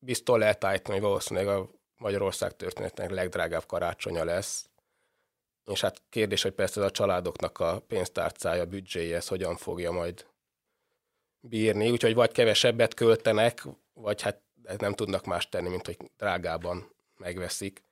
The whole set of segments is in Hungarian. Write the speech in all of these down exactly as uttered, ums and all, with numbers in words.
biztos lehet állítani, hogy valószínűleg a Magyarország történetének legdrágább karácsonya lesz. És hát kérdés, hogy persze ez a családoknak a pénztárcája, büdzséje, ez hogyan fogja majd bírni. Úgyhogy vagy kevesebbet költenek, vagy hát nem tudnak más tenni, mint hogy drágában megveszik.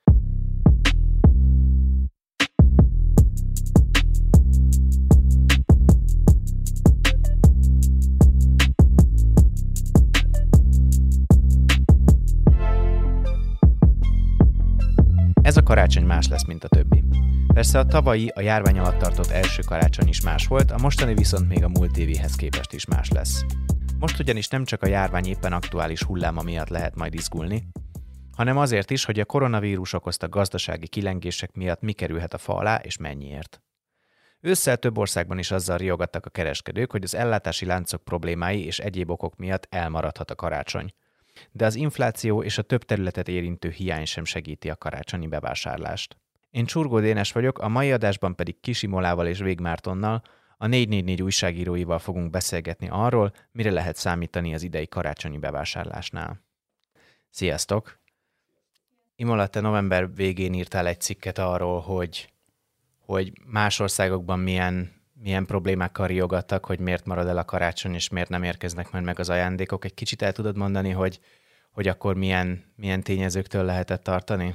Ez a karácsony más lesz, mint a többi. Persze a tavalyi, a járvány alatt tartott első karácsony is más volt, a mostani viszont még a múlt évihez képest is más lesz. Most ugyanis nem csak a járvány éppen aktuális hulláma miatt lehet majd izgulni, hanem azért is, hogy a koronavírus okozta gazdasági kilengések miatt mi kerülhet a fa alá és mennyiért. Ősszel több országban is azzal riogattak a kereskedők, hogy az ellátási láncok problémái és egyéb okok miatt elmaradhat a karácsony. De az infláció és a több területet érintő hiány sem segíti a karácsonyi bevásárlást. Én Csurgó Dénes vagyok, a mai adásban pedig Kis Imolával és Vég Mártonnal, a négy négy négy újságíróival fogunk beszélgetni arról, mire lehet számítani az idei karácsonyi bevásárlásnál. Sziasztok! Imola, te november végén írtál egy cikket arról, hogy, hogy más országokban milyen, milyen problémákkal riogattak, hogy miért marad el a karácsony, és miért nem érkeznek majd meg az ajándékok. Egy kicsit el tudod mondani, hogy, hogy akkor milyen, milyen tényezőktől lehetett tartani?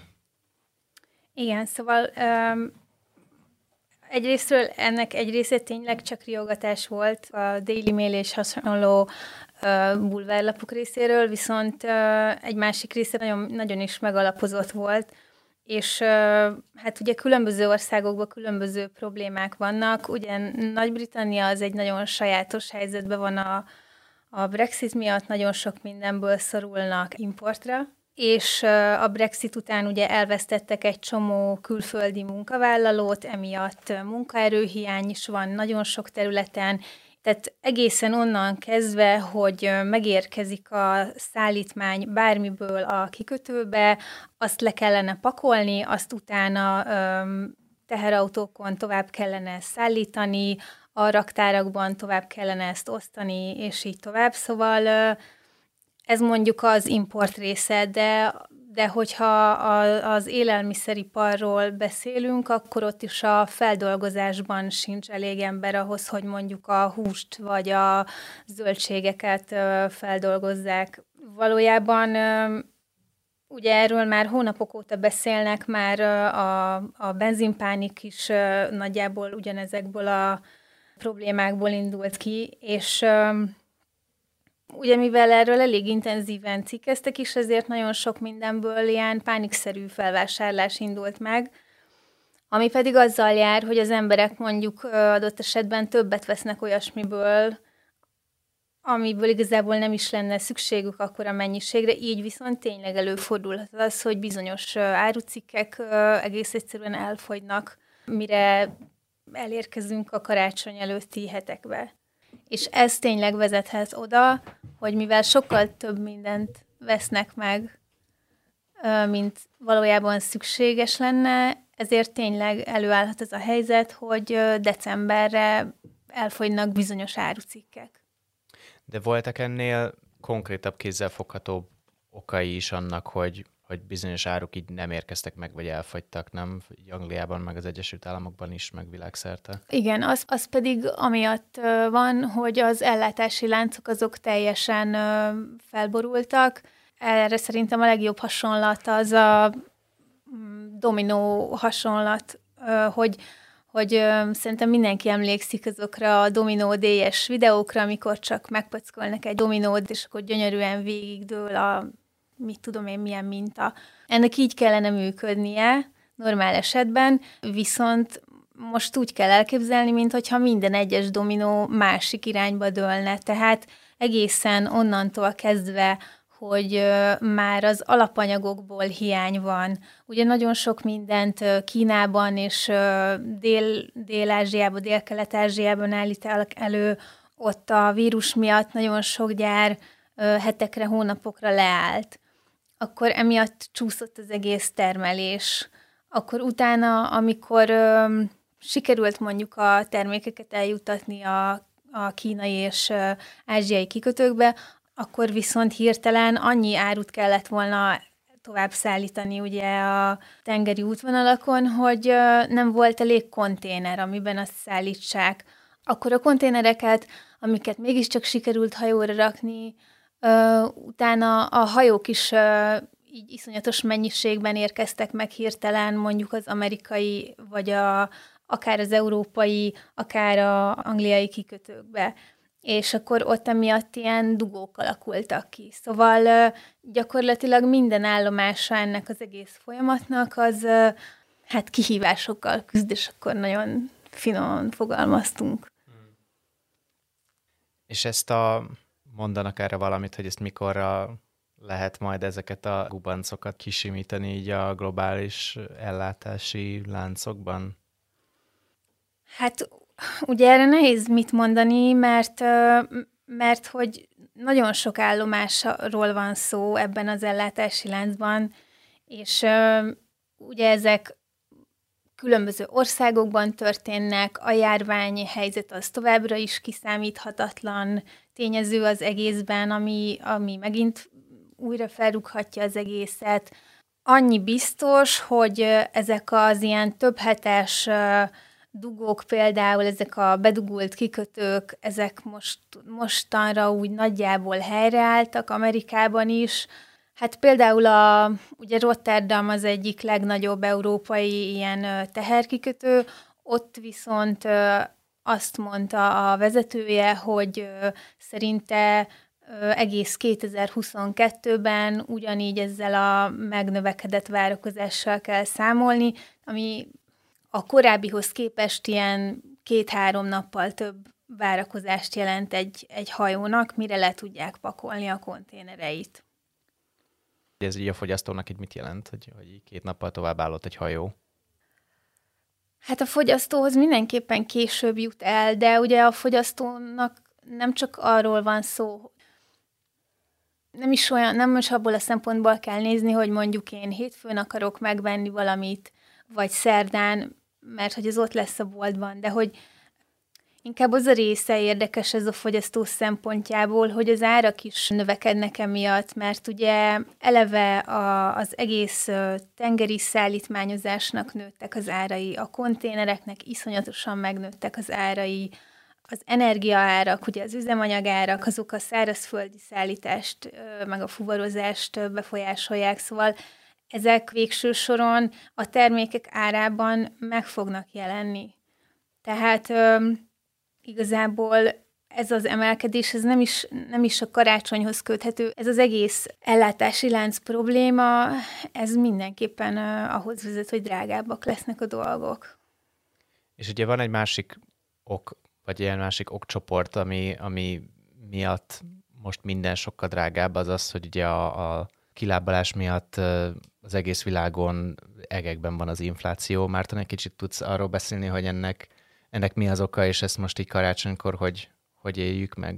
Igen, szóval um, egyrésztről ennek egy része tényleg csak riogatás volt a Daily Mail és hasonló uh, bulvárlapok részéről, viszont uh, egy másik része nagyon, nagyon is megalapozott volt, és uh, hát ugye különböző országokban különböző problémák vannak. Ugye Nagy-Britannia az egy nagyon sajátos helyzetben van a, a Brexit miatt, nagyon sok mindenből szorulnak importra, és a Brexit után ugye elvesztettek egy csomó külföldi munkavállalót, emiatt munkaerőhiány is van nagyon sok területen, tehát egészen onnan kezdve, hogy megérkezik a szállítmány bármiből a kikötőbe, azt le kellene pakolni, azt utána teherautókon tovább kellene szállítani, a raktárakban tovább kellene ezt osztani, és így tovább, szóval ez mondjuk az import része, de, de hogyha a, az élelmiszeriparról beszélünk, akkor ott is a feldolgozásban sincs elég ember ahhoz, hogy mondjuk a húst vagy a zöldségeket feldolgozzák. Valójában ugye erről már hónapok óta beszélnek, már a, a benzinpánik is nagyjából ugyanezekből a problémákból indult ki, és ugye mivel erről elég intenzíven cikkeztek is, ezért nagyon sok mindenből ilyen pánikszerű felvásárlás indult meg, ami pedig azzal jár, hogy az emberek mondjuk adott esetben többet vesznek olyasmiből, amiből igazából nem is lenne szükségük akkora mennyiségre, így viszont tényleg előfordulhat az, hogy bizonyos árucikkek egész egyszerűen elfogynak, mire elérkezünk a karácsony előtti hetekbe. És ez tényleg vezethet oda, hogy mivel sokkal több mindent vesznek meg, mint valójában szükséges lenne, ezért tényleg előállhat ez a helyzet, hogy decemberre elfogynak bizonyos árucikkek. De voltak ennél konkrétabb, kézzelfogható okai is annak, hogy, hogy bizonyos áruk így nem érkeztek meg, vagy elfogytak, nem? Angliában, meg az Egyesült Államokban is, meg világszerte. Igen, az, az pedig amiatt van, hogy az ellátási láncok azok teljesen felborultak. Erre szerintem a legjobb hasonlat az a dominó hasonlat, hogy hogy ö, szerintem mindenki emlékszik azokra a dominó díjas videókra, amikor csak megpackolnak egy dominót, és akkor gyönyörűen végigdől a mit tudom én milyen minta. Ennek így kellene működnie normál esetben, viszont most úgy kell elképzelni, mintha minden egyes dominó másik irányba dőlne. Tehát egészen onnantól kezdve, hogy már az alapanyagokból hiány van. Ugye nagyon sok mindent Kínában és Dél, Dél-Ázsiában, Dél-Kelet-Ázsiában állít elő, ott a vírus miatt nagyon sok gyár hetekre, hónapokra leállt. Akkor emiatt csúszott az egész termelés. Akkor utána, amikor sikerült mondjuk a termékeket eljutatni a, a kínai és ázsiai kikötőkbe, akkor viszont hirtelen annyi árut kellett volna tovább szállítani ugye a tengeri útvonalakon, hogy nem volt elég konténer, amiben azt szállítsák. Akkor a konténereket, amiket mégiscsak sikerült hajóra rakni, utána a hajók is így iszonyatos mennyiségben érkeztek meg hirtelen, mondjuk az amerikai, vagy a, akár az európai, akár az angliai kikötőkbe. És akkor ott emiatt ilyen dugók alakultak ki. Szóval gyakorlatilag minden állomása ennek az egész folyamatnak az hát kihívásokkal küzd, és akkor nagyon finoman fogalmaztunk. És ezt a, mondanak erre valamit, hogy ezt mikorra lehet majd ezeket a gubancokat kisimítani így a globális ellátási láncokban? Hát ugye erre nehéz mit mondani, mert, mert hogy nagyon sok állomásról van szó ebben az ellátási láncban, és ugye ezek különböző országokban történnek, a járványhelyzet az továbbra is kiszámíthatatlan tényező az egészben, ami, ami megint újra felrúghatja az egészet. Annyi biztos, hogy ezek az ilyen többhetes dugók, például ezek a bedugult kikötők, ezek most, mostanra úgy nagyjából helyreálltak Amerikában is. Hát például a, ugye Rotterdam az egyik legnagyobb európai ilyen teherkikötő, ott viszont azt mondta a vezetője, hogy szerinte egész kétezer-huszonkettőben ugyanígy ezzel a megnövekedett várakozással kell számolni, ami a korábbihoz képest ilyen két-három nappal több várakozást jelent egy, egy hajónak, mire le tudják pakolni a konténereit. Ez így a fogyasztónak így mit jelent, hogy, hogy két nappal tovább állott egy hajó? Hát a fogyasztóhoz mindenképpen később jut el, de ugye a fogyasztónak nem csak arról van szó, nem is olyan, nem is abból a szempontból kell nézni, hogy mondjuk én hétfőn akarok megvenni valamit, vagy szerdán, mert hogy az ott lesz a boltban, de hogy inkább az a része érdekes ez a fogyasztó szempontjából, hogy az árak is növekednek emiatt, mert ugye eleve a, az egész tengeri szállítmányozásnak nőttek az árai, a konténereknek iszonyatosan megnőttek az árai, az energiaárak, ugye az üzemanyagárak, azok a szárazföldi szállítást, meg a fuvarozást befolyásolják, szóval ezek végső soron a termékek árában meg fognak jelenni. Tehát üm, igazából ez az emelkedés, ez nem is, nem is a karácsonyhoz köthető. Ez az egész ellátási lánc probléma, ez mindenképpen uh, ahhoz vezet, hogy drágábbak lesznek a dolgok. És ugye van egy másik ok, vagy ilyen másik okcsoport, ami, ami miatt most minden sokkal drágább, az az, hogy ugye a, a kilábalás miatt az egész világon egekben van az infláció. Márton, egy kicsit tudsz arról beszélni, hogy ennek, ennek mi az oka, és ezt most így karácsonykor hogy, hogy éljük meg?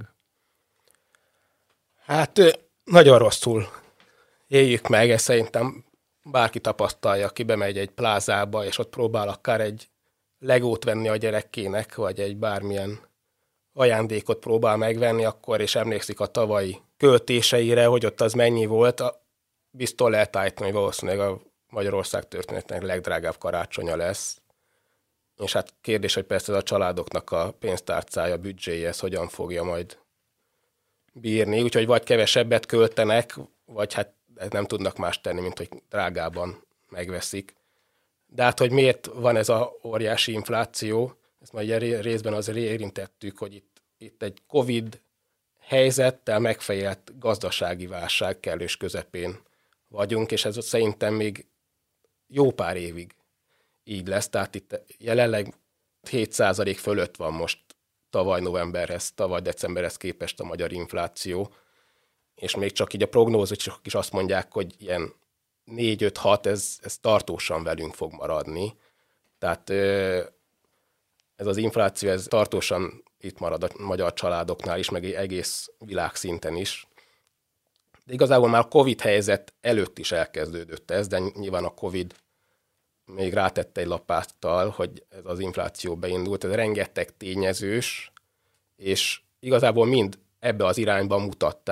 Hát nagyon rosszul éljük meg, ezt szerintem bárki tapasztalja, aki bemegy egy plázába, és ott próbál akár egy legót venni a gyerekének, vagy egy bármilyen ajándékot próbál megvenni, akkor és emlékszik a tavalyi költéseire, hogy ott az mennyi volt, biztos lehet állítani, hogy valószínűleg a Magyarország történetének legdrágább karácsonya lesz. És hát kérdés, hogy persze ez a családoknak a pénztárcája, büdzséje, ez hogyan fogja majd bírni. Úgyhogy vagy kevesebbet költenek, vagy hát nem tudnak más tenni, mint hogy drágában megveszik. De hát, hogy miért van ez a óriási infláció, ezt majd részben azért érintettük, hogy itt, itt egy Covid helyzettel megfejelt gazdasági válság kellős közepén vagyunk, és ez szerintem még jó pár évig így lesz. Tehát itt jelenleg hét százalék fölött van most tavaly novemberhez, tavaly decemberhez képest a magyar infláció, és még csak így a prognózisok is azt mondják, hogy ilyen négy öt hat, ez, ez tartósan velünk fog maradni. Tehát ez az infláció, ez tartósan itt marad a magyar családoknál is, meg egész világszinten is. De igazából már a Covid helyzet előtt is elkezdődött ez, de nyilván a Covid még rátette egy lapáttal, hogy ez az infláció beindult. Ez rengeteg tényezős, és igazából mind ebbe az irányba mutatták.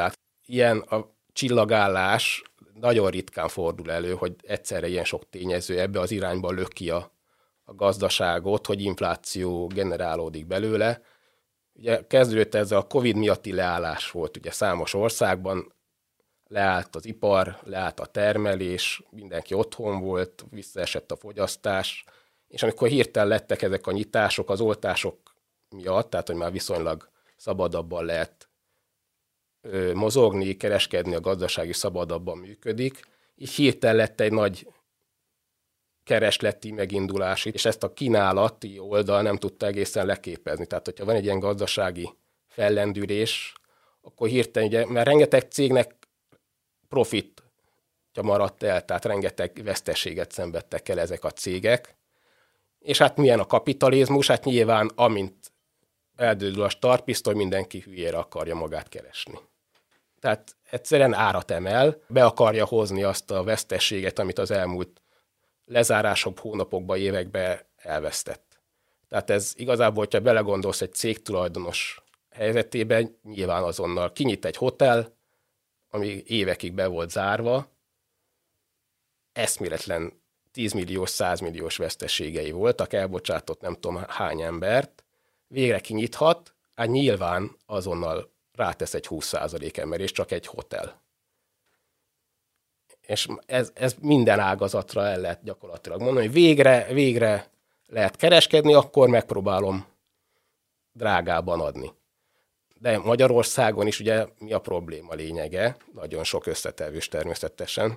ilyen a csillagállás nagyon ritkán fordul elő, hogy egyszerre ilyen sok tényező ebbe az irányba lök ki a, a gazdaságot, hogy infláció generálódik belőle. Ugye kezdődött ez a Covid miatti leállás volt, ugye számos országban leállt az ipar, leállt a termelés, mindenki otthon volt, visszaesett a fogyasztás, és amikor hirtelen lettek ezek a nyitások az oltások miatt, tehát hogy már viszonylag szabadabban lehet ö, mozogni, kereskedni, a gazdasági szabadabban működik, így hirtelen lett egy nagy keresleti megindulás, és ezt a kínálati oldal nem tudta egészen leképezni. Tehát, hogyha van egy ilyen gazdasági fellendülés, akkor hirtelen, ugye, mert rengeteg cégnek profitja maradt el, tehát rengeteg veszteséget szenvedtek el ezek a cégek. És hát milyen a kapitalizmus? Hát nyilván, amint eldődül a startpisztoly, mindenki hülyére akarja magát keresni. Tehát egyszerűen árat emel, be akarja hozni azt a veszteséget, amit az elmúlt lezárások hónapokban, években elvesztett. Tehát ez igazából, hogyha belegondolsz egy cégtulajdonos helyzetében, nyilván azonnal kinyit egy hotel, ami évekig be volt zárva, eszméletlen tízmilliós, százmilliós veszteségei voltak, elbocsátott nem tudom hány embert, végre kinyithat, hát nyilván azonnal rátesz egy húsz százalék emelés, csak egy hotel. És ez, ez minden ágazatra el lehet gyakorlatilag mondani, hogy végre, végre lehet kereskedni, akkor megpróbálom drágában adni. De Magyarországon is ugye mi a probléma lényege, nagyon sok összetevős természetesen,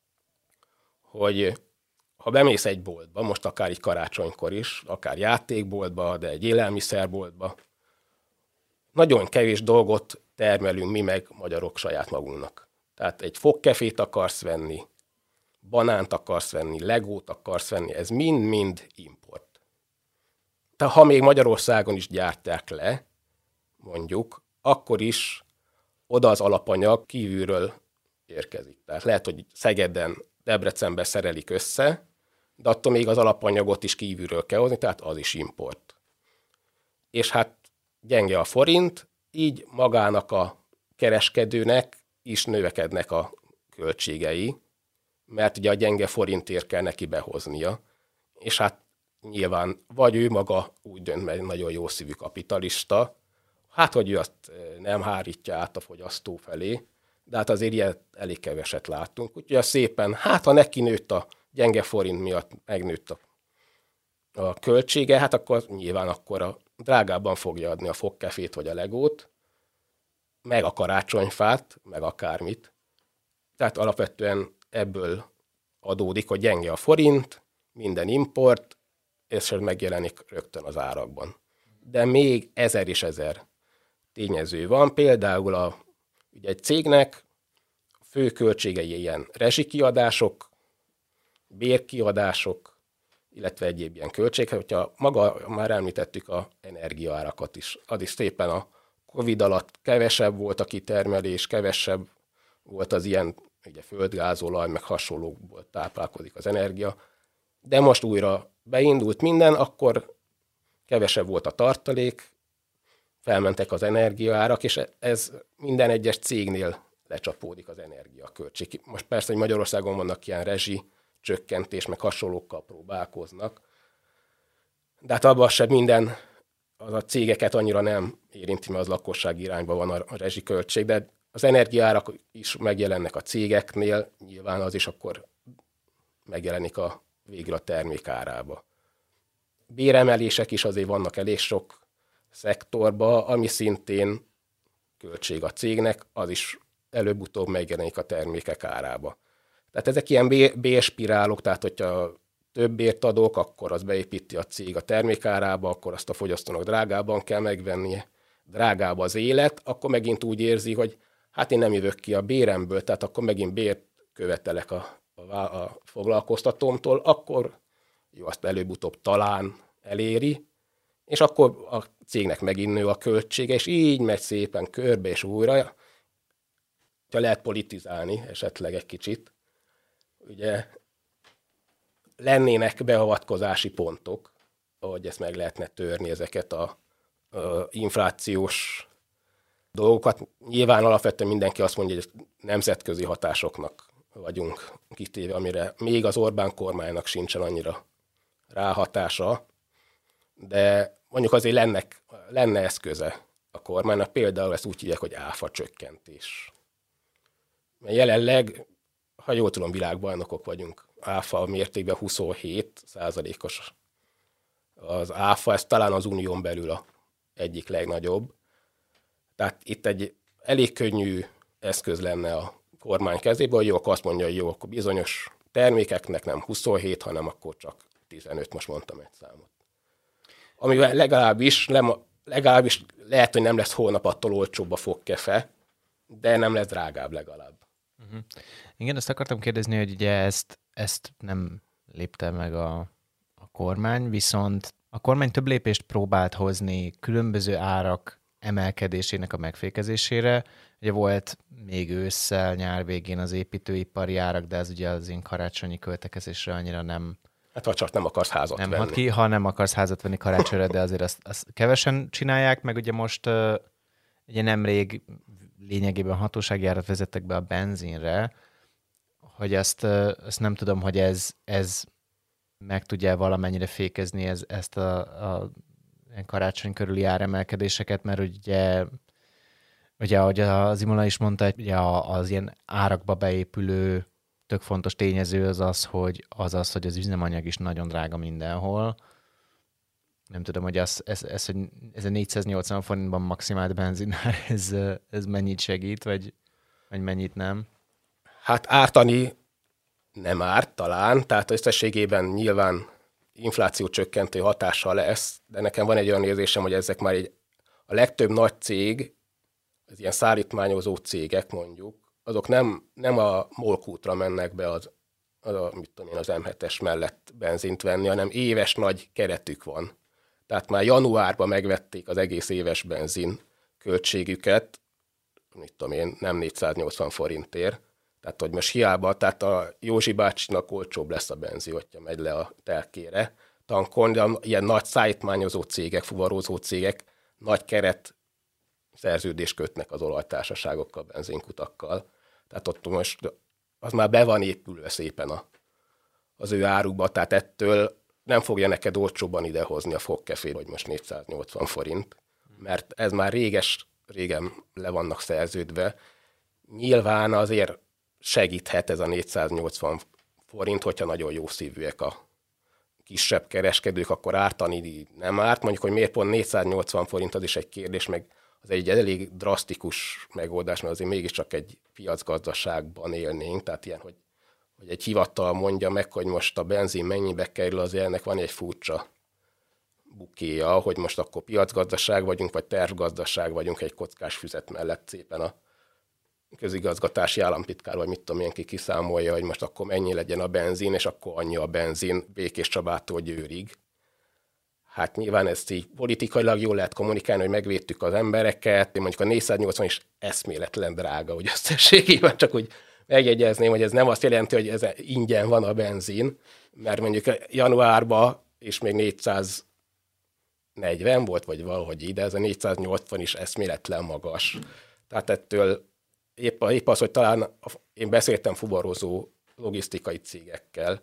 hogy ha bemész egy boltba, most akár így karácsonykor is, akár játékboltba, de egy élelmiszerboltba, nagyon kevés dolgot termelünk mi meg magyarok saját magunknak. Tehát egy fogkefét akarsz venni, banánt akarsz venni, legót akarsz venni, ez mind-mind import. Tehát ha még Magyarországon is gyártják le, mondjuk, akkor is oda az alapanyag kívülről érkezik. Tehát lehet, hogy Szegeden, Debrecenben szerelik össze, de attól még az alapanyagot is kívülről kell hozni, tehát az is import. És hát gyenge a forint, így magának a kereskedőnek is növekednek a költségei, mert ugye a gyenge forintért kell neki behoznia, és hát nyilván vagy ő maga úgy dönt, mert nagyon jó szívű kapitalista, hát hogy ő azt nem hárítja át a fogyasztó felé, de hát azért ilyet elég keveset látunk. Úgyhogy szépen, hát ha neki nőtt a gyenge forint miatt, megnőtt a, a költsége, hát akkor nyilván akkor a drágábban fogja adni a fogkefét vagy a legót, meg a karácsonyfát, meg akármit. Tehát alapvetően ebből adódik, hogy gyenge a forint, minden import, és megjelenik rögtön az árakban. De még ezer és ezer tényező van. Például a, ugye egy cégnek fő költségei ilyen rezsikiadások, bérkiadások, illetve egyéb ilyen költségek. Hogyha maga, már említettük a energiaárakat is, az is szépen a Covid alatt kevesebb volt a kitermelés, kevesebb volt az ilyen ugye földgázolaj, meg hasonlókból táplálkozik az energia. De most újra beindult minden, akkor kevesebb volt a tartalék, felmentek az energiaárak, és ez minden egyes cégnél lecsapódik az energiaköltség. Most persze, hogy Magyarországon vannak ilyen rezsi csökkentés, meg hasonlókkal próbálkoznak, de hát abban sem minden, az a cégeket annyira nem érinti, mert az lakosság irányban van a rezsiköltség, de az energiaárak is megjelennek a cégeknél, nyilván az is akkor megjelenik a végül a termék árába. Béremelések is azért vannak elég sok szektorba, ami szintén költség a cégnek, az is előbb-utóbb megjelenik a termékek árába. Tehát ezek ilyen bérspirálok, tehát hogyha több bért adok, akkor az beépíti a cég a termékárába, akkor azt a fogyasztónak drágában kell megvennie, drágább az élet, akkor megint úgy érzi, hogy hát én nem jövök ki a béremből, tehát akkor megint bért követelek a, a, a foglalkoztatómtól, akkor jó, azt előbb-utóbb talán eléri, és akkor a cégnek megint nő a költsége, és így megy szépen körbe és újra. Ha lehet politizálni esetleg egy kicsit, ugye lennének beavatkozási pontok, ahogy ezt meg lehetne törni, ezeket a, a inflációs dolgokat. Nyilván alapvetően mindenki azt mondja, hogy nemzetközi hatásoknak vagyunk kitéve, amire még az Orbán kormánynak sincsen annyira ráhatása, de mondjuk azért lenne, lenne eszköze a kormánynak, például ezt úgy hívják, hogy áfa csökkentés. Mert jelenleg, ha jól tudom, világbajnokok vagyunk, áfa mértékben huszonhét százalékos az áfa, ez talán az unión belül a egyik legnagyobb. Tehát itt egy elég könnyű eszköz lenne a kormány kezében, hogy jó, akkor azt mondja, hogy jó, akkor bizonyos termékeknek nem huszonhét, hanem akkor csak tizenöt, most mondtam egy számot. Amivel legalábbis, legalábbis lehet, hogy nem lesz holnap attól olcsóbb a fogkefe, de nem lesz drágább legalább. Uh-huh. Igen, azt akartam kérdezni, hogy ugye ezt, ezt nem lépte meg a, a kormány, viszont a kormány több lépést próbált hozni különböző árak emelkedésének a megfékezésére. Ugye volt még ősszel, nyár végén az építőipari árak, de ez ugye az én karácsonyi költekezésre annyira nem... Hát ha csak nem akarsz házat nem venni. Hat ki, ha nem akarsz házat venni karácsonyra, de azért azt, azt kevesen csinálják, meg ugye most uh, ugye nemrég lényegében hatósági árat vezettek be a benzinre, hogy azt, uh, azt nem tudom, hogy ez, ez meg tudja valamennyire fékezni ez, ezt a, a karácsony körüli áremelkedéseket, mert ugye, ugye ahogy az Imola is mondta, ugye az ilyen árakba beépülő tök fontos tényező az az, hogy az, az, hogy az üzemanyag is nagyon drága mindenhol. Nem tudom, hogy ez, ez, ez, hogy ez a négyszáznyolcvan forintban maximált benzinár, ez, ez mennyit segít, vagy, vagy mennyit nem? Hát ártani nem árt talán, tehát összességében nyilván infláció csökkentő hatással lesz, de nekem van egy olyan érzésem, hogy ezek már egy, a legtöbb nagy cég, az ilyen szállítmányozó cégek mondjuk, azok nem, nem a molkútra mennek be az, az, a, mit tudom én, az em hetes mellett benzint venni, hanem éves nagy keretük van. Tehát már januárban megvették az egész éves benzin költségüket, mit tudom én, nem négyszáznyolcvan forintért. Tehát, hogy most hiába, tehát a Józsi bácsinak olcsóbb lesz a benzin, hogyha megy le a telkére tankon, de ilyen nagy szállítmányozó cégek, fuvarozó cégek nagy keret szerződést kötnek az olajtársaságokkal, benzinkutakkal. Tehát ott most az már be van épülve szépen a, az ő árukba, tehát ettől nem fogja neked olcsóban idehozni a fogkefét, hogy most négyszáznyolcvan forint, mert ez már réges, régen le vannak szerződve. Nyilván azért segíthet ez a négyszáznyolcvan forint, hogyha nagyon jó szívűek a kisebb kereskedők, akkor ártani nem árt. Mondjuk, hogy miért pont négyszáznyolcvan forint, az is egy kérdés, meg az egy elég drasztikus megoldás, mert azért mégiscsak egy piacgazdaságban élnénk, tehát ilyen, hogy, hogy egy hivatal mondja meg, hogy most a benzin mennyibe kerül, azért ennek van egy furcsa bukéja, hogy most akkor piacgazdaság vagyunk, vagy tervgazdaság vagyunk egy kockás füzet mellett szépen a közigazgatási államtitkár, vagy mit tudom én, ki kiszámolja, hogy most akkor mennyi legyen a benzin, és akkor annyi a benzin Békés Csabától Győrig. Hát nyilván ezt így politikailag jól lehet kommunikálni, hogy megvédtük az embereket, mondjuk a négyszáznyolcvan is eszméletlen drága, hogy összességében csak úgy megjegyezném, hogy ez nem azt jelenti, hogy ez ingyen van a benzin, mert mondjuk januárban is még négyszáznegyven volt, vagy valahogy ide, ez a négyszáznyolcvan is eszméletlen magas. Tehát ettől épp, épp az, hogy talán én beszéltem fuvarozó logisztikai cégekkel,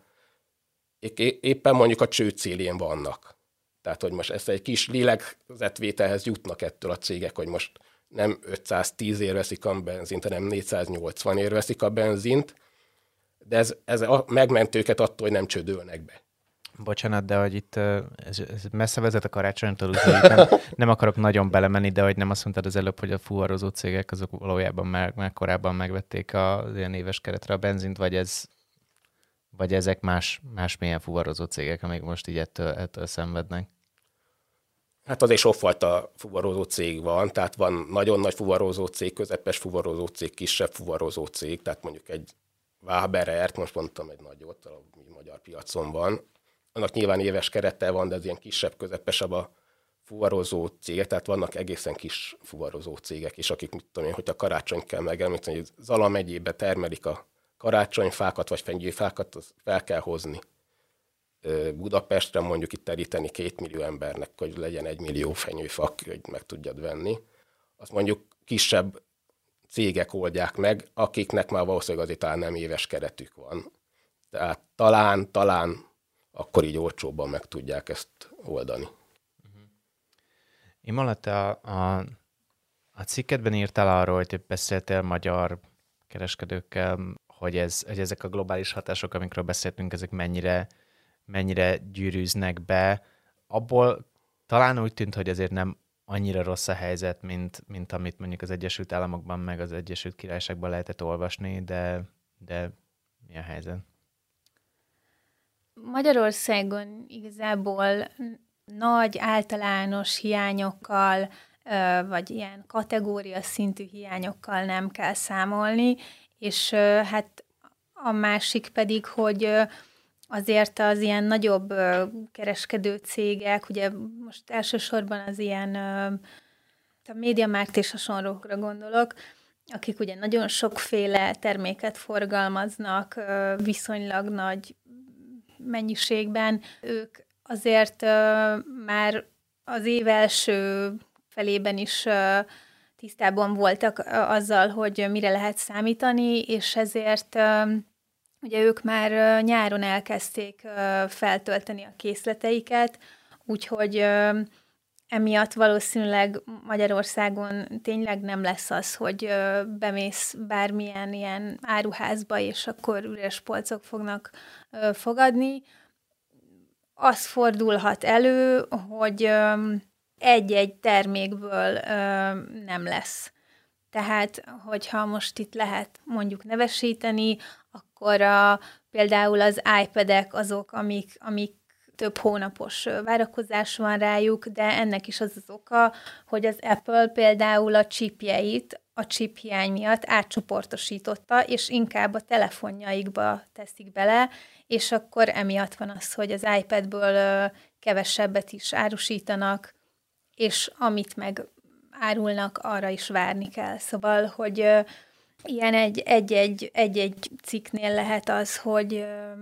éppen mondjuk a csőd szélén vannak. Tehát, hogy most ezt egy kis lélegzetvételhez jutnak ettől a cégek, hogy most nem ötszáztíz ér veszik a benzint, hanem négyszáznyolcvan ér veszik a benzint, de ez, ez megment őket attól, hogy nem csődölnek be. Bocsánat, de hogy itt ez, ez messze vezet a karácsonytól, úgyhogy nem, nem akarok nagyon belemenni, de hogy nem azt mondtad az előbb, hogy a fuvarozó cégek azok valójában már, már korábban megvették az ilyen éves keretre a benzint, vagy ez vagy ezek más, másmilyen fuvarozó cégek, amik most így ettől, ettől szenvednek? Hát azért sokfajta fuvarozó cég van, tehát van nagyon nagy fuvarozó cég, közepes fuvarozó cég, kisebb fuvarozó cég, tehát mondjuk egy Waberert, most mondtam egy nagyot, a magyar piacon van, annak nyilván éves kerettel van, de ez ilyen kisebb, közepesebb a fuvarozó cégek, tehát vannak egészen kis fuvarozó cégek is, akik, mit tudom én, hogy a karácsony kell megemlíteni, hogy Zala megyébe termelik a karácsonyfákat vagy fenyőfákat, az fel kell hozni Budapestre, mondjuk itt teríteni két millió embernek, hogy legyen egy millió fenyőfa, hogy meg tudjad venni. Azt mondjuk kisebb cégek oldják meg, akiknek már valószínűleg azért talán nem éves keretük van. Tehát talán, talán akkor így olcsóbban meg tudják ezt oldani. Imola, te a, a, a cikkedben írtál arról, hogy beszéltél magyar kereskedőkkel, hogy, ez, hogy ezek a globális hatások, amikről beszéltünk, ezek mennyire, mennyire gyűrűznek be. Abból talán úgy tűnt, hogy azért nem annyira rossz a helyzet, mint, mint amit mondjuk az Egyesült Államokban, meg az Egyesült Királyságban lehetett olvasni, de, de mi a helyzet? Magyarországon igazából nagy általános hiányokkal, vagy ilyen kategória szintű hiányokkal nem kell számolni, és hát a másik pedig, hogy azért az ilyen nagyobb kereskedő cégek, ugye most elsősorban az ilyen a MediaMarkt és hasonlókra gondolok, akik ugye nagyon sokféle terméket forgalmaznak viszonylag nagy mennyiségben, ők azért már az év első felében is tisztában voltak azzal, hogy mire lehet számítani, és ezért ugye ők már nyáron elkezdték feltölteni a készleteiket, úgyhogy emiatt valószínűleg Magyarországon tényleg nem lesz az, hogy bemész bármilyen ilyen áruházba, és akkor üres polcok fognak fogadni. Az fordulhat elő, hogy egy-egy termékből nem lesz. Tehát, hogyha most itt lehet mondjuk nevesíteni, akkor a, például az iPad-ek azok, amik, amik több hónapos várakozás van rájuk, de ennek is az az oka, hogy az Apple például a chipjeit a chip hiány miatt átcsoportosította, és inkább a telefonjaikba teszik bele, és akkor emiatt van az, hogy az iPadből kevesebbet is árusítanak, és amit meg árulnak, arra is várni kell. Szóval, hogy ilyen egy-egy, egy-egy cikknél lehet az, hogy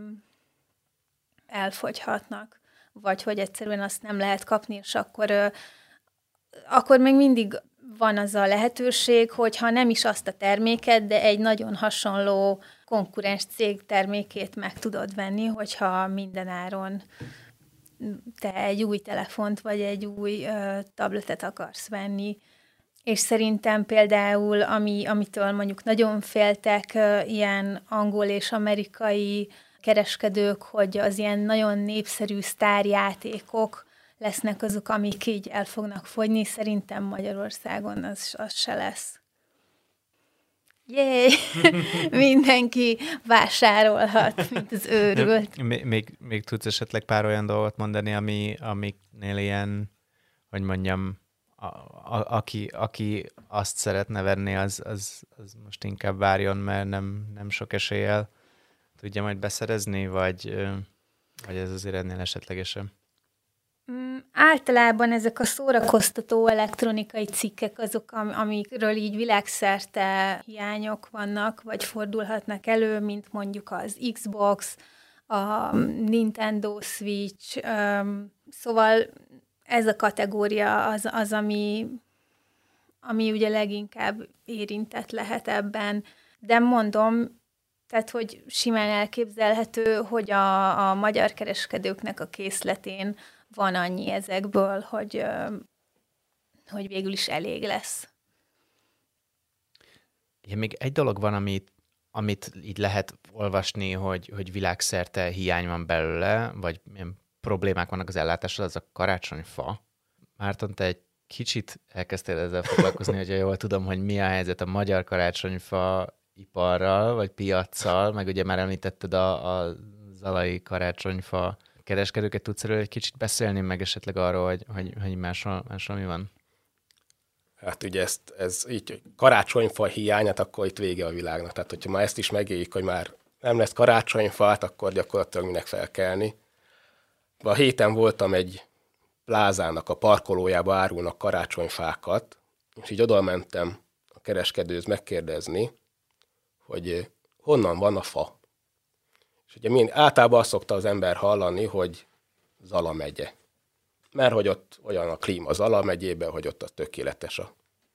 elfogyhatnak, vagy hogy egyszerűen azt nem lehet kapni, és akkor, akkor még mindig van az a lehetőség, hogyha nem is azt a terméket, de egy nagyon hasonló konkurens cég termékét meg tudod venni, hogyha minden áron te egy új telefont, vagy egy új uh, tabletet akarsz venni. És szerintem például, ami, amitől mondjuk nagyon féltek uh, ilyen angol és amerikai kereskedők, hogy az ilyen nagyon népszerű sztárjátékok lesznek azok, amik így el fognak fogyni, szerintem Magyarországon az, az se lesz. Jéj! Mindenki vásárolhat, mint az őrült. Még, még tudsz esetleg pár olyan dolgot mondani, ami, amiknél ilyen, hogy mondjam, a, a, aki, aki azt szeretne venni, az, az, az most inkább várjon, mert nem, nem sok eséllyel tudja majd beszerezni, vagy, vagy ez azért ennél esetlegesen? Mm, általában ezek a szórakoztató elektronikai cikkek azok, amikről így világszerte hiányok vannak, vagy fordulhatnak elő, mint mondjuk az Xbox, a Nintendo Switch, szóval ez a kategória az, az ami, ami ugye leginkább érintett lehet ebben, de mondom, tehát, hogy simán elképzelhető, hogy a, a magyar kereskedőknek a készletén van annyi ezekből, hogy, hogy végül is elég lesz. Ja, még egy dolog van, amit, amit így lehet olvasni, hogy, hogy világszerte hiány van belőle, vagy milyen problémák vannak az ellátással, az a karácsonyfa. Márton, te egy kicsit elkezdtél ezzel foglalkozni, hogyha jól tudom, hogy mi a helyzet a magyar karácsonyfa iparral, vagy piaccal, meg ugye már említetted a, a zalai karácsonyfa kereskedőket, tudsz erről egy kicsit beszélni, meg esetleg arról, hogy, hogy, hogy máshol, máshol mi van? Hát ugye ezt, ez így karácsonyfa hiányát, akkor itt vége a világnak. Tehát, hogyha már ezt is megéljük, hogy már nem lesz karácsonyfát, akkor gyakorlatilag minek felkelni. A héten voltam egy plázának a parkolójába, árulnak karácsonyfákat, és így oda mentem a kereskedőhöz megkérdezni, hogy honnan van a fa. És ugye mind, általában azt szokta az ember hallani, hogy Zala megye. Mert hogy ott olyan a klíma Zala megyében, hogy ott a tökéletes a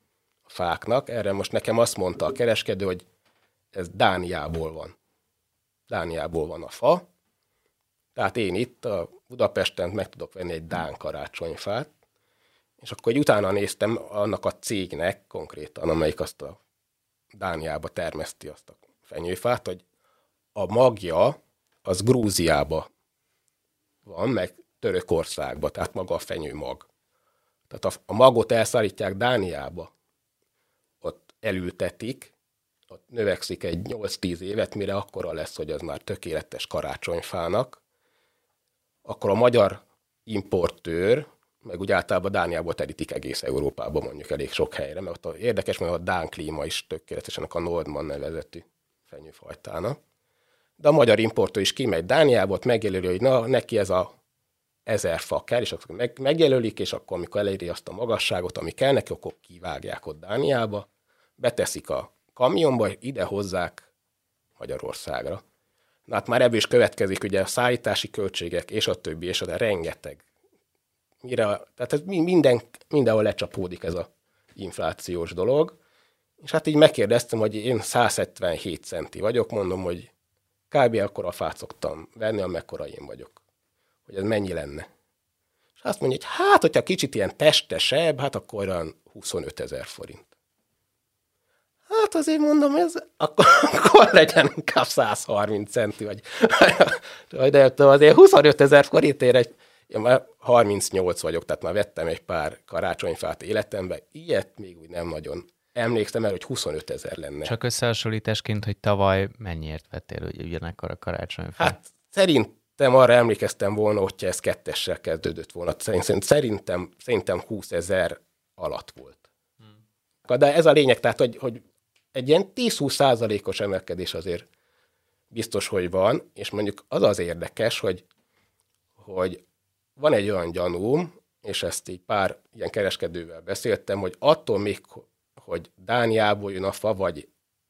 fáknak. Erre most nekem azt mondta a kereskedő, hogy ez Dániából van. Dániából van a fa. Tehát én itt a Budapesten meg tudok venni egy dán karácsonyfát, és akkor egy utána néztem annak a cégnek konkrétan, amelyik azt a Dániába termeszti azt a fenyőfát, hogy a magja az Grúziába van, meg Törökországba, tehát maga a fenyőmag. Tehát a, a magot elszállítják Dániába, ott elültetik, ott növekszik egy nyolc-tíz évet, mire akkora lesz, hogy az már tökéletes karácsonyfának, akkor a magyar importőr, meg úgy általában Dániából terítik egész Európába, mondjuk elég sok helyre, mert ott érdekes, mert a dán klíma is tökéletesen a Nordman nevezetű fenyőfajtának. De a magyar importőr is kimegy Dániából, ott megjelöli, hogy na, neki ez a ezer fa kell, és akkor meg, megjelölik, és akkor, amikor eléri azt a magasságot, ami kell neki, akkor kivágják ott Dániába, beteszik a kamionba, ide hozzák Magyarországra. Na hát már ebből is következik ugye a szállítási költségek, és a többi, és a rengeteg. Mire, tehát ez minden, mindenhol lecsapódik ez a inflációs dolog. És hát így megkérdeztem, hogy én száz hetvenhét centi vagyok, mondom, hogy kb. Akkor a fát szoktam venni, amekkora én vagyok. Hogy ez mennyi lenne. És azt mondja, hogy hát, hogyha kicsit ilyen testesebb, hát akkor olyan huszonöt ezer forint. Hát azért mondom, ez akkor, akkor legyen inkább száz harminc centi, vagy de azért huszonöt ezer forintért egy, én már harmincnyolc vagyok, tehát már vettem egy pár karácsonyfát életemben, ilyet még úgy nem nagyon emlékszem el, hogy huszonöt ezer lenne. Csak összehasonlításként, hogy tavaly mennyiért vettél hogy ugyanekkor a karácsonyfát? Hát szerintem arra emlékeztem volna, hogyha ez kettessel kezdődött volna. Szerintem, szerintem húszezer alatt volt. Hmm. De ez a lényeg, tehát, hogy, hogy egy ilyen tíz-húsz százalékos emelkedés azért biztos, hogy van, és mondjuk az az érdekes, hogy, hogy van egy olyan gyanúm, és ezt így pár ilyen kereskedővel beszéltem, hogy attól még, hogy Dániából jön a fa, vagy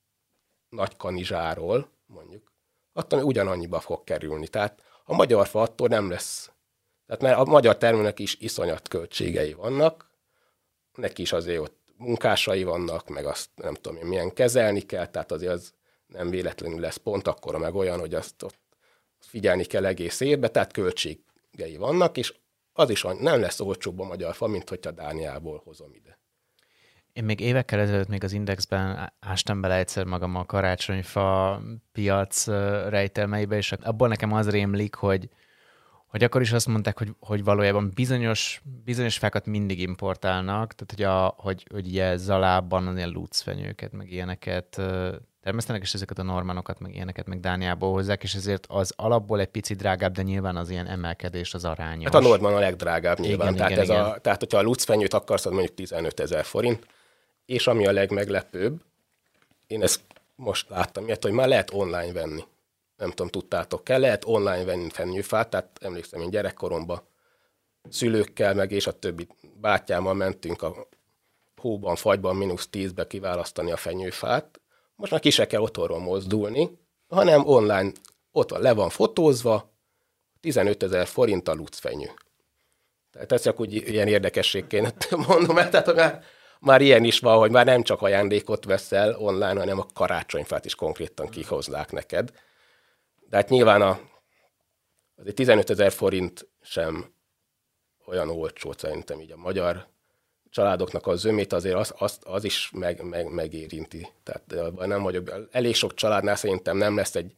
Nagykanizsáról, mondjuk, attól még ugyanannyiba fog kerülni. Tehát a magyar fa attól nem lesz. Tehát mert a magyar termelőnek is iszonyat költségei vannak, neki is azért ott munkásai vannak, meg azt nem tudom én milyen kezelni kell, tehát azért az nem véletlenül lesz pont akkora, meg olyan, hogy azt ott figyelni kell egész évben, tehát költségei vannak, és az is nem lesz olcsóbb a magyar fa, mint hogyha Dániából hozom ide. Én még évekkel ezelőtt még az Indexben ástam bele egyszer magam a karácsonyfa piac rejtelmeibe, és abból nekem az rémlik, hogy, hogy akkor is azt mondták, hogy, hogy valójában bizonyos, bizonyos fákat mindig importálnak, tehát hogy, a, hogy, hogy ugye Zalában az ilyen lucfenyőket, meg ilyeneket termesztenek, és ezeket a normánokat, meg ilyeneket, meg Dániából hozzák, és ezért az alapból egy picit drágább, de nyilván az ilyen emelkedés az arányos. Hát a Nordman a legdrágább nyilván, igen, tehát, igen, ez igen. A, tehát hogyha a lucfenyőt akarsz, az mondjuk tizenöt ezer forint, és ami a legmeglepőbb, én ezt most láttam, ilyet, hogy már lehet online venni. Nem tudom, tudtátok-e, lehet online venni fenyőfát, tehát emlékszem, én gyerekkoromban szülőkkel, meg és a többi bátyámmal mentünk a hóban, fagyban, mínusz tízbe kiválasztani a fenyőfát. Most már ki se kell otthonról mozdulni, hanem online ott van, le van fotózva, tizenöt ezer forint a lucfenyő. Tehát ez csak úgy ilyen érdekességként mondom el, tehát már, már ilyen is van, hogy már nem csak ajándékot veszel online, hanem a karácsonyfát is konkrétan kihozlák neked. De hát nyilván a, azért tizenöt ezer forint sem olyan olcsó, szerintem így a magyar családoknak a zömét azért az, az, az is meg, meg, megérinti. Tehát nem vagyok, elég sok családnál szerintem nem lesz egy,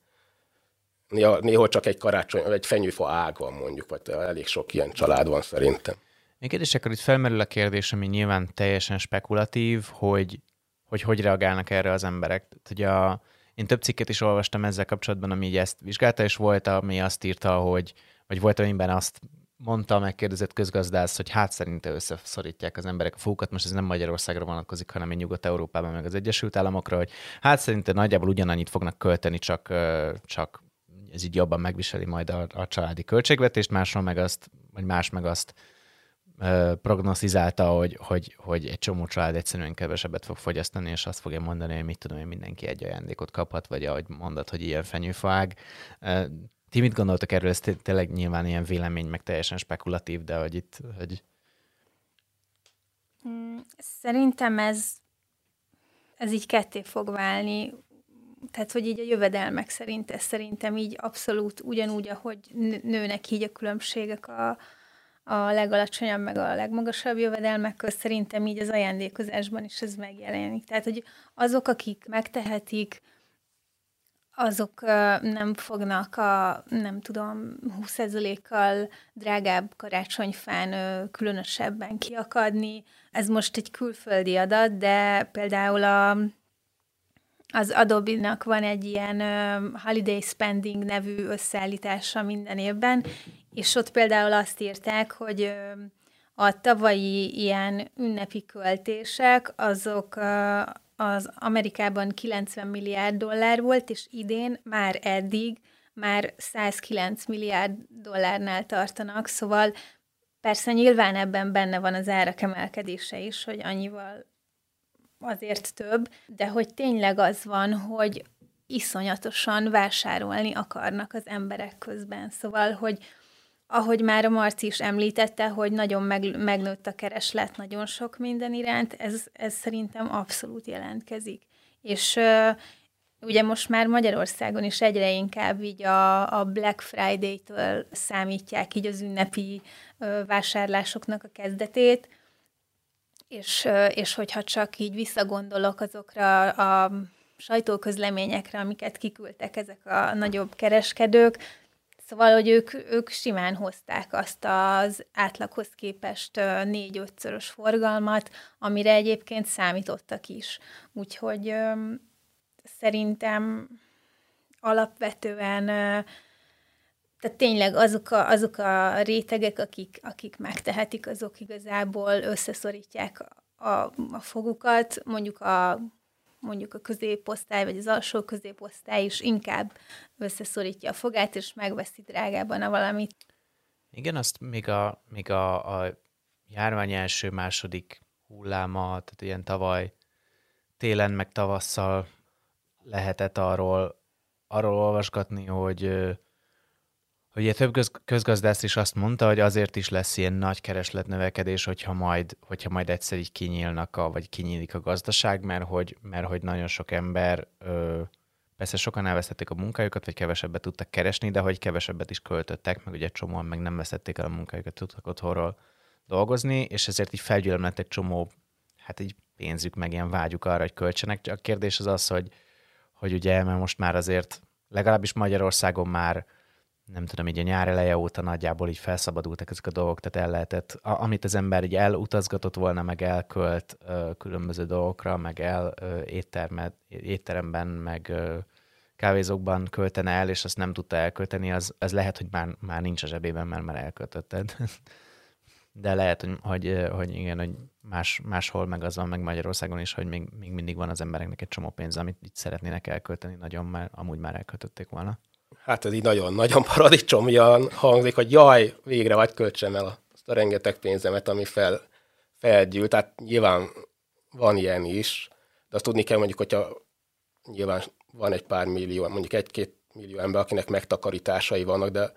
néhol csak egy karácsony, vagy egy fenyőfa ág van mondjuk, vagy elég sok ilyen család van szerintem. Még kérdés, akkor itt felmerül a kérdés, ami nyilván teljesen spekulatív, hogy hogy, hogy reagálnak erre az emberek. Tehát, hogy a, én több cikket is olvastam ezzel kapcsolatban, ami így ezt vizsgálta, és volt, ami azt írta, hogy, vagy volt, amiben azt mondta, megkérdezett közgazdász, hogy hát szerinte összeszorítják az emberek a fókat, most ez nem Magyarországra vonatkozik, hanem egy Nyugat-Európában, meg az Egyesült Államokra, hogy hát szerinte nagyjából ugyanannyit fognak költeni, csak, csak ez így jobban megviseli majd a, a családi költségvetést, másról meg azt, vagy más meg azt ö, prognosztizálta, hogy, hogy, hogy egy csomó család egyszerűen kevesebbet fog fogyasztani, és azt fogja mondani, hogy mit tudom én, mindenki egy ajándékot kaphat, vagy ahogy mondod, hogy ilyen fenyőfaág. Ti mit gondoltak erről? Ez tényleg nyilván ilyen vélemény, meg teljesen spekulatív, de hogy itt... Hogy... Szerintem ez ez így ketté fog válni. Tehát, hogy így a jövedelmek szerint, ez szerintem így abszolút ugyanúgy, ahogy nőnek így a különbségek a, a legalacsonyabb, meg a legmagasabb jövedelmek közt, szerintem így az ajándékozásban is ez megjelenik. Tehát, hogy azok, akik megtehetik, azok nem fognak a, nem tudom, húsz százalékkal drágább karácsonyfán különösebben kiakadni. Ez most egy külföldi adat, de például a az Adobe-nak van egy ilyen uh, Holiday Spending nevű összeállítása minden évben, és ott például azt írták, hogy uh, a tavalyi ilyen ünnepi költések, azok uh, az Amerikában kilencven milliárd dollár volt, és idén már eddig már százkilenc milliárd dollárnál tartanak, szóval persze nyilván ebben benne van az árak emelkedése is, hogy annyival azért több, de hogy tényleg az van, hogy iszonyatosan vásárolni akarnak az emberek közben. Szóval, hogy ahogy már a Marci is említette, hogy nagyon meg, megnőtt a kereslet nagyon sok minden iránt, ez, ez szerintem abszolút jelentkezik. És uh, ugye most már Magyarországon is egyre inkább így a, a Black Friday-től számítják így az ünnepi uh, vásárlásoknak a kezdetét, És, és hogyha csak így visszagondolok azokra a sajtóközleményekre, amiket kiküldtek ezek a nagyobb kereskedők, szóval, hogy ők, ők simán hozták azt az átlaghoz képest négy-ötszörös forgalmat, amire egyébként számítottak is. Úgyhogy ö, szerintem alapvetően ö, tehát tényleg azok a, azok a rétegek, akik, akik megtehetik, azok igazából összeszorítják a, a fogukat, mondjuk a, mondjuk a középosztály, vagy az alsó középosztály is inkább összeszorítja a fogát, és megveszi drágában a valamit. Igen, azt még a, még a, a járvány első-második hulláma, tehát ilyen tavaly télen meg tavasszal lehetett arról, arról olvasgatni, hogy hogy a több közgazdász is azt mondta, hogy azért is lesz ilyen nagy keresletnövekedés, hogyha majd, hogyha majd egyszer így kinyílnak, a, vagy kinyílik a gazdaság, mert hogy, mert hogy nagyon sok ember, ö, persze sokan elvesztették a munkájukat, vagy kevesebbet tudtak keresni, de hogy kevesebbet is költöttek, meg ugye csomóan meg nem vesztették el a munkájukat, tudtak otthonról dolgozni, és ezért így felgyűlöm egy csomó, hát így pénzük, meg ilyen vágyuk arra, hogy költsenek. Csak a kérdés az az, hogy, hogy ugye, mert most már azért legalábbis Magyarországon már nem tudom, így a nyár eleje óta nagyjából így felszabadultak ezek a dolgok, tehát el lehetett, amit az ember így elutazgatott volna, meg elkölt ö, különböző dolgokra, meg el ö, éttermet, étteremben, meg ö, kávézókban költene el, és azt nem tudta elkölteni, az, az lehet, hogy már, már nincs a zsebében, mert már elköltötted. De lehet, hogy, hogy, hogy igen, hogy más, máshol meg az van, meg Magyarországon is, hogy még, még mindig van az embereknek egy csomó pénz, amit itt szeretnének elkölteni, nagyon már, amúgy már elköltötték volna. Hát ez így nagyon-nagyon paradicsomjan hangzik, hogy jaj, végre vagy költsem el azt a rengeteg pénzemet, ami fel, felgyűlt. Tehát nyilván van ilyen is, de azt tudni kell mondjuk, hogyha nyilván van egy pár millió, mondjuk egy-két millió ember, akinek megtakarításai vannak, de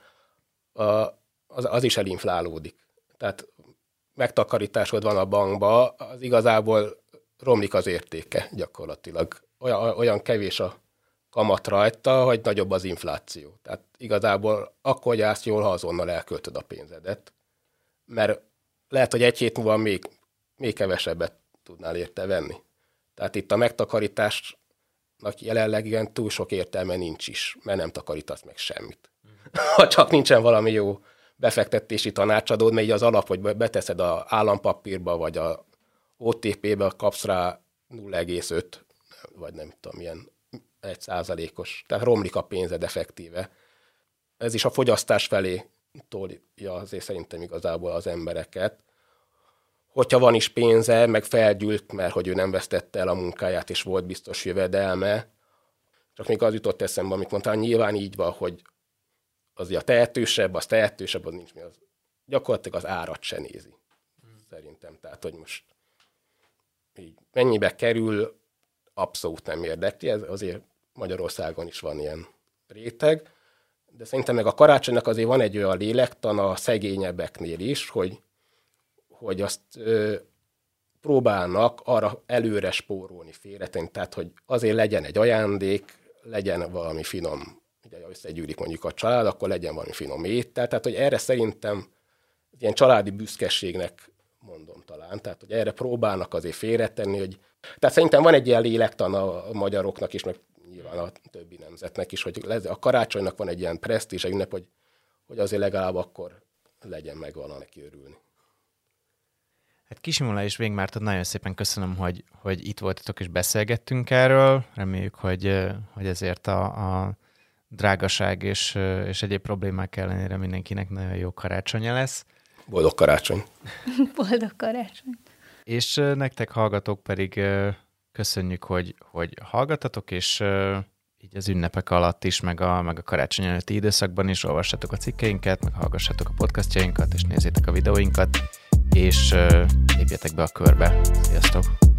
a, az, az is elinflálódik. Tehát megtakarításod van a bankba, az igazából romlik az értéke gyakorlatilag. Olyan, olyan kevés a kamat rajta, hogy nagyobb az infláció. Tehát igazából akkor jársz jól, ha azonnal elköltöd a pénzedet. Mert lehet, hogy egy hét múlva még, még kevesebbet tudnál érte venni. Tehát itt a megtakarításnak jelenleg igen túl sok értelme nincs is, mert nem takarítasz meg semmit. Ha csak nincsen valami jó befektetési tanácsadód, mert így az alap, hogy beteszed az állampapírba, vagy a o té pé-be, kapsz rá nulla egész öt, vagy nem tudom, milyen egy százalékos, tehát romlik a pénzed effektíve. Ez is a fogyasztás felé tolja azért szerintem igazából az embereket. Hogyha van is pénze, meg felgyűlt, mert hogy ő nem vesztette el a munkáját, és volt biztos jövedelme. Csak még az jutott eszembe, amit mondtál, nyilván így van, hogy az a tehetősebb, az tehetősebb, az nincs mi az. Gyakorlatilag az árat se nézi. Szerintem. Tehát, hogy most így mennyibe kerül, abszolút nem érdekli. Ez azért Magyarországon is van ilyen réteg. De szerintem meg a karácsonynak azért van egy olyan lélektan a szegényebbeknél is, hogy, hogy azt ö, próbálnak arra előre spórolni, félretenni, tehát hogy azért legyen egy ajándék, legyen valami finom, ugye összegyűlik mondjuk a család, akkor legyen valami finom étel, tehát hogy erre szerintem ilyen családi büszkeségnek mondom talán, tehát hogy erre próbálnak azért félretenni, hogy tehát szerintem van egy ilyen lélektan a magyaroknak is, meg nyilván a többi nemzetnek is, hogy a karácsonynak van egy ilyen presztízs, egy ünnep, hogy, hogy azért legalább akkor legyen meg valami neki örülni. Hát Kisimula és Végmárton nagyon szépen köszönöm, hogy, hogy itt voltatok és beszélgettünk erről. Reméljük, hogy, hogy ezért a, a drágaság és, és egyéb problémák ellenére mindenkinek nagyon jó karácsonya lesz. Boldog karácsony! Boldog karácsony! És nektek hallgatók pedig köszönjük, hogy, hogy hallgatatok, és így az ünnepek alatt is, meg a, meg a karácsony előtti időszakban is olvassatok a cikkeinket, meg hallgassatok a podcastjainkat, és nézzétek a videóinkat, és lépjetek be a körbe. Sziasztok!